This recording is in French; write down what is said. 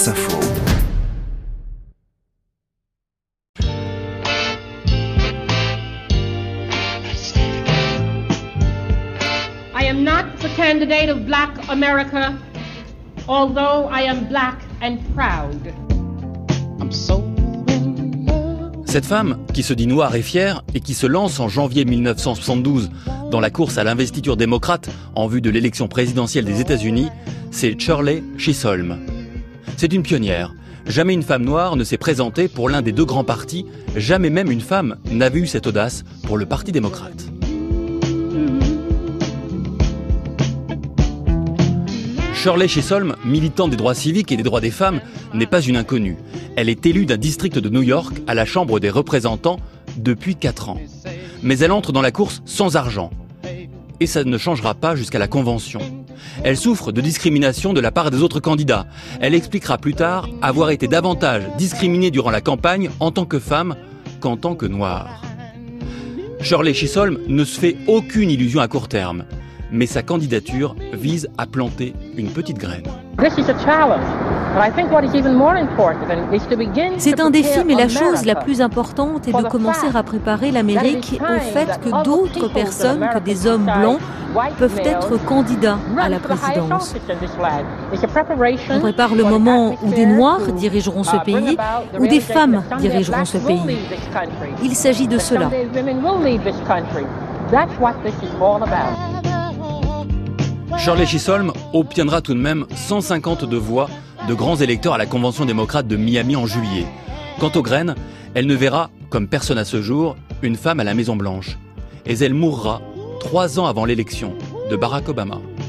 France Info. I am not the candidate of Black America, although I am black and proud. Cette femme, qui se dit noire et fière et qui se lance en janvier 1972 dans la course à l'investiture démocrate en vue de l'élection présidentielle des États-Unis, c'est Shirley Chisholm. C'est une pionnière. Jamais une femme noire ne s'est présentée pour l'un des deux grands partis, jamais même une femme n'avait eu cette audace pour le Parti démocrate. Shirley Chisholm, militante des droits civiques et des droits des femmes, n'est pas une inconnue. Elle est élue d'un district de New York à la Chambre des représentants depuis 4 ans. Mais elle entre dans la course sans argent. Et ça ne changera pas jusqu'à la convention. Elle souffre de discrimination de la part des autres candidats. Elle expliquera plus tard avoir été davantage discriminée durant la campagne en tant que femme qu'en tant que noire. Shirley Chisholm ne se fait aucune illusion à court terme. Mais sa candidature vise à planter une petite graine. C'est un défi, mais la chose la plus importante est de commencer à préparer l'Amérique au fait que d'autres personnes que des hommes blancs peuvent être candidats à la présidence. On prépare le moment où des Noirs dirigeront ce pays, où des femmes dirigeront ce pays. Il s'agit de cela. Shirley Chisholm obtiendra tout de même 152 voix de grands électeurs à la Convention démocrate de Miami en juillet. Quant aux graines, elle ne verra, comme personne à ce jour, une femme à la Maison-Blanche. Et elle mourra 3 ans avant l'élection de Barack Obama.